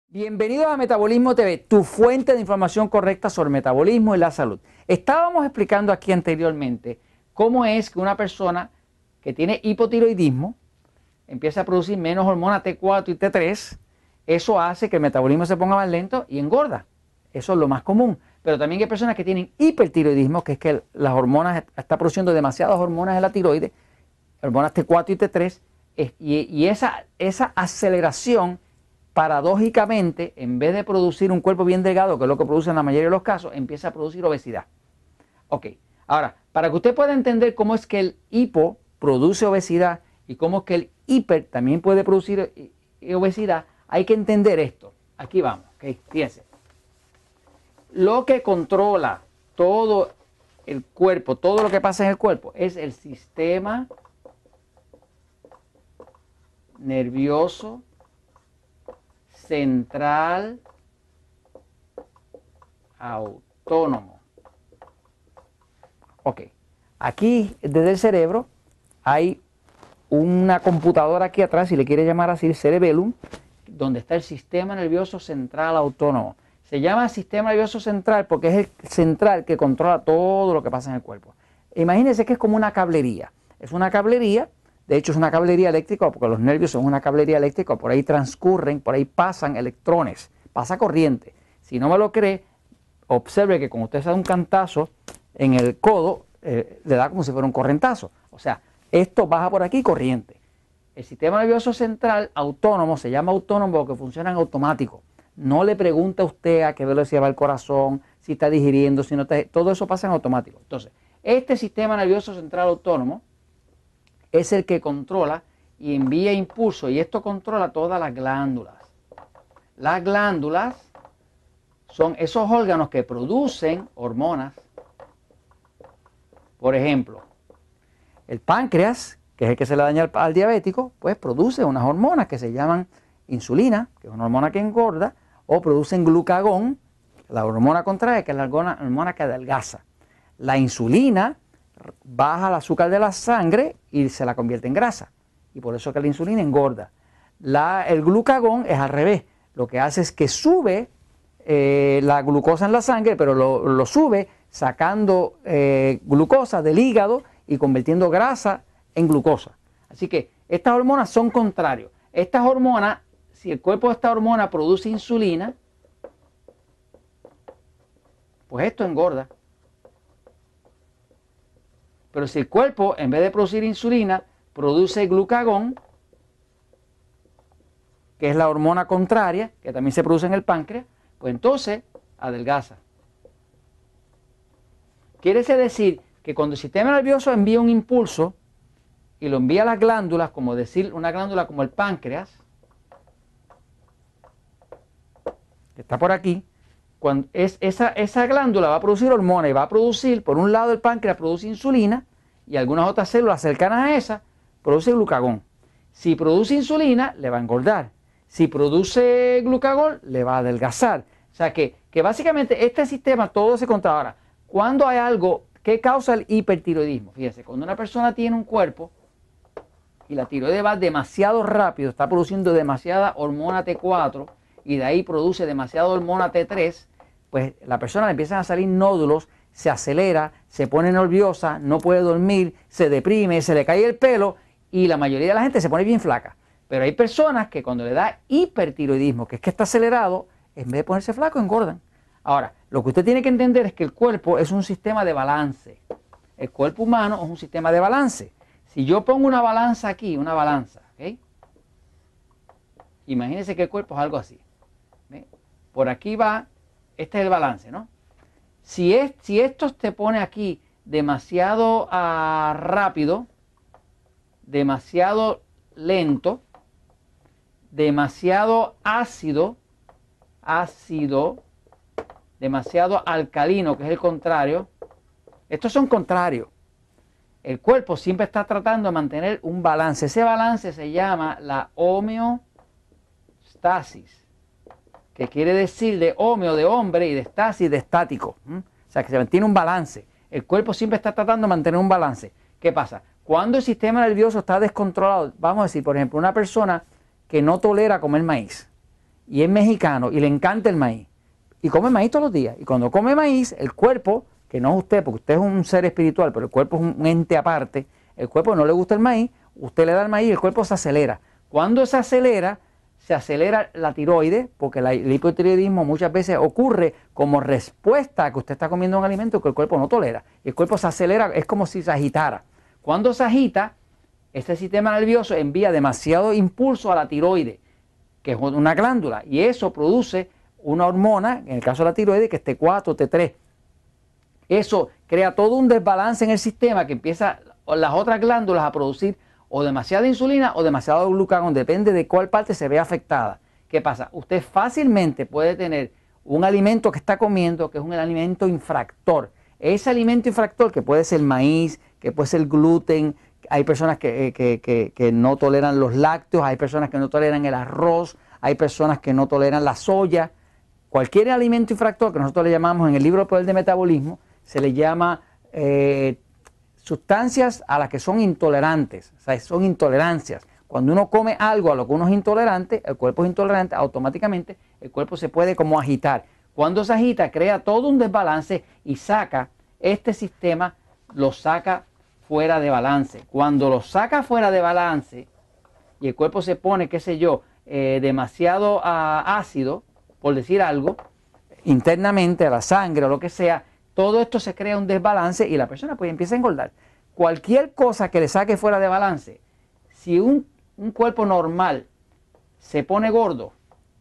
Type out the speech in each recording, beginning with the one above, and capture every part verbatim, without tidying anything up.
Bienvenidos a Metabolismo T V, tu fuente de información correcta sobre metabolismo y la salud. Estábamos explicando aquí anteriormente cómo es que una persona que tiene hipotiroidismo empieza a producir menos hormona T cuatro y T tres. Eso hace que el metabolismo se ponga más lento y engorda. Eso es lo más común. Pero también hay personas que tienen hipertiroidismo, que es que las hormonas, está produciendo demasiadas hormonas en la tiroides, hormonas T cuatro y T tres, y, y esa, esa aceleración, paradójicamente, en vez de producir un cuerpo bien delgado, que es lo que produce en la mayoría de los casos, empieza a producir obesidad. Ok, ahora, para que usted pueda entender cómo es que el hipo produce obesidad y cómo es que el hiper también puede producir obesidad, hay que entender esto. Aquí vamos, ok, fíjense. Lo que controla todo el cuerpo, todo lo que pasa en el cuerpo, es el sistema nervioso central autónomo. Ok, aquí desde el cerebro hay una computadora aquí atrás, si le quiere llamar así, el cerebellum, donde está el sistema nervioso central autónomo. Se llama sistema nervioso central porque es el central que controla todo lo que pasa en el cuerpo. Imagínense que es como una cablería. Es una cablería. De hecho, es una cablería eléctrica porque los nervios son una cablería eléctrica, por ahí transcurren, por ahí pasan electrones, pasa corriente. Si no me lo cree, observe que cuando usted se da un cantazo en el codo, eh, le da como si fuera un correntazo. O sea, esto baja por aquí corriente. El sistema nervioso central autónomo se llama autónomo porque funciona en automático. No le pregunta a usted a qué velocidad va el corazón, si está digiriendo, si no está... Todo eso pasa en automático. Entonces, este sistema nervioso central autónomo es el que controla y envía impulso, y esto controla todas las glándulas. Las glándulas son esos órganos que producen hormonas. Por ejemplo, el páncreas, que es el que se le daña al, al diabético, pues produce unas hormonas que se llaman insulina, que es una hormona que engorda, o producen glucagón, la hormona contraria, que es la hormona, hormona que adelgaza. La insulina baja el azúcar de la sangre y se la convierte en grasa. Y por eso que la insulina engorda. La, el glucagón es al revés. Lo que hace es que sube eh, la glucosa en la sangre, pero lo, lo sube sacando eh, glucosa del hígado y convirtiendo grasa en glucosa. Así que estas hormonas son contrarios. Estas hormonas, si el cuerpo de esta hormona produce insulina, pues esto engorda. Pero si el cuerpo, en vez de producir insulina, produce glucagón, que es la hormona contraria, que también se produce en el páncreas, pues entonces adelgaza. Quiere decir que cuando el sistema nervioso envía un impulso y lo envía a las glándulas, como decir una glándula como el páncreas, que está por aquí, cuando es, esa, esa glándula va a producir hormonas y va a producir, por un lado el páncreas produce insulina y algunas otras células cercanas a esa produce glucagón. Si produce insulina, le va a engordar. Si produce glucagón, le va a adelgazar. O sea que, que básicamente este sistema todo se controla. Ahora, cuando hay algo que causa el hipertiroidismo, fíjense, cuando una persona tiene un cuerpo y la tiroides va demasiado rápido, está produciendo demasiada hormona T cuatro y de ahí produce demasiada hormona T tres, pues la persona le empiezan a salir nódulos, se acelera, se pone nerviosa, no puede dormir, se deprime, se le cae el pelo y la mayoría de la gente se pone bien flaca. Pero hay personas que cuando le da hipertiroidismo, que es que está acelerado, en vez de ponerse flaco, engordan. Ahora, lo que usted tiene que entender es que el cuerpo es un sistema de balance. El cuerpo humano es un sistema de balance. Si yo pongo una balanza aquí, una balanza, ¿ok? Imagínense que el cuerpo es algo así. ¿Ve? Por aquí va, este es el balance, ¿no? Si, es, si esto te pone aquí demasiado uh, rápido, demasiado lento, demasiado ácido, ácido, demasiado alcalino, que es el contrario, estos son contrarios. El cuerpo siempre está tratando de mantener un balance. Ese balance se llama la homeostasis, que quiere decir de homeo de hombre y de estasis de estático. ¿Mm? O sea, que se mantiene un balance. El cuerpo siempre está tratando de mantener un balance. ¿Qué pasa? Cuando el sistema nervioso está descontrolado, vamos a decir, por ejemplo, una persona que no tolera comer maíz y es mexicano y le encanta el maíz y come maíz todos los días, y cuando come maíz, el cuerpo, que no es usted, porque usted es un ser espiritual, pero el cuerpo es un ente aparte, el cuerpo no le gusta el maíz, usted le da el maíz y el cuerpo se acelera. Cuando se acelera, se acelera la tiroides, porque la, el hipotiroidismo muchas veces ocurre como respuesta a que usted está comiendo un alimento que el cuerpo no tolera. Y el cuerpo se acelera, es como si se agitara. Cuando se agita, este sistema nervioso envía demasiado impulso a la tiroides, que es una glándula, y eso produce una hormona, en el caso de la tiroides, que es T cuatro, T tres. Eso crea todo un desbalance en el sistema que empieza las otras glándulas a producir o demasiada insulina o demasiado glucagón, depende de cuál parte se ve afectada. ¿Qué pasa? Usted fácilmente puede tener un alimento que está comiendo que es un alimento infractor. Ese alimento infractor, que puede ser maíz, que puede ser gluten, hay personas que, que, que, que no toleran los lácteos, hay personas que no toleran el arroz, hay personas que no toleran la soya. Cualquier alimento infractor que nosotros le llamamos en el libro Poder de Metabolismo, se le llama eh, sustancias a las que son intolerantes, o sea, son intolerancias. Cuando uno come algo a lo que uno es intolerante, el cuerpo es intolerante, automáticamente el cuerpo se puede como agitar. Cuando se agita, crea todo un desbalance y saca este sistema, lo saca fuera de balance. Cuando lo saca fuera de balance y el cuerpo se pone, qué sé yo, eh, demasiado uh, ácido, por decir algo, internamente a la sangre o lo que sea, todo esto se crea un desbalance y la persona pues empieza a engordar. Cualquier cosa que le saque fuera de balance, si un, un cuerpo normal se pone gordo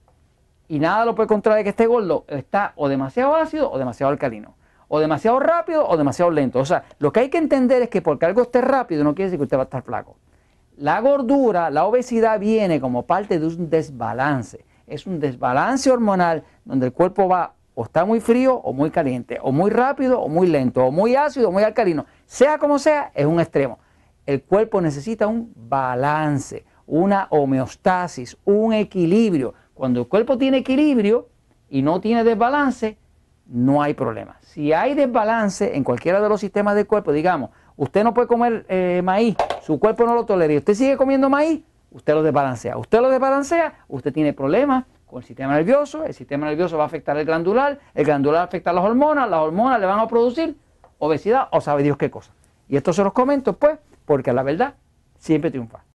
y nada lo puede controlar de que esté gordo, está o demasiado ácido o demasiado alcalino, o demasiado rápido o demasiado lento. O sea, lo que hay que entender es que porque algo esté rápido no quiere decir que usted va a estar flaco. La gordura, la obesidad viene como parte de un desbalance. Es un desbalance hormonal donde el cuerpo va o está muy frío o muy caliente, o muy rápido o muy lento, o muy ácido o muy alcalino. Sea como sea, es un extremo. El cuerpo necesita un balance, una homeostasis, un equilibrio. Cuando el cuerpo tiene equilibrio y no tiene desbalance, no hay problema. Si hay desbalance en cualquiera de los sistemas del cuerpo, digamos, usted no puede comer eh, maíz, su cuerpo no lo tolera y usted sigue comiendo maíz, usted lo desbalancea. Usted lo desbalancea, usted tiene problemas con el sistema nervioso, el sistema nervioso va a afectar el glandular, el glandular afecta a las hormonas, las hormonas le van a producir obesidad o sabe Dios qué cosa. Y esto se los comento pues porque la verdad siempre triunfa.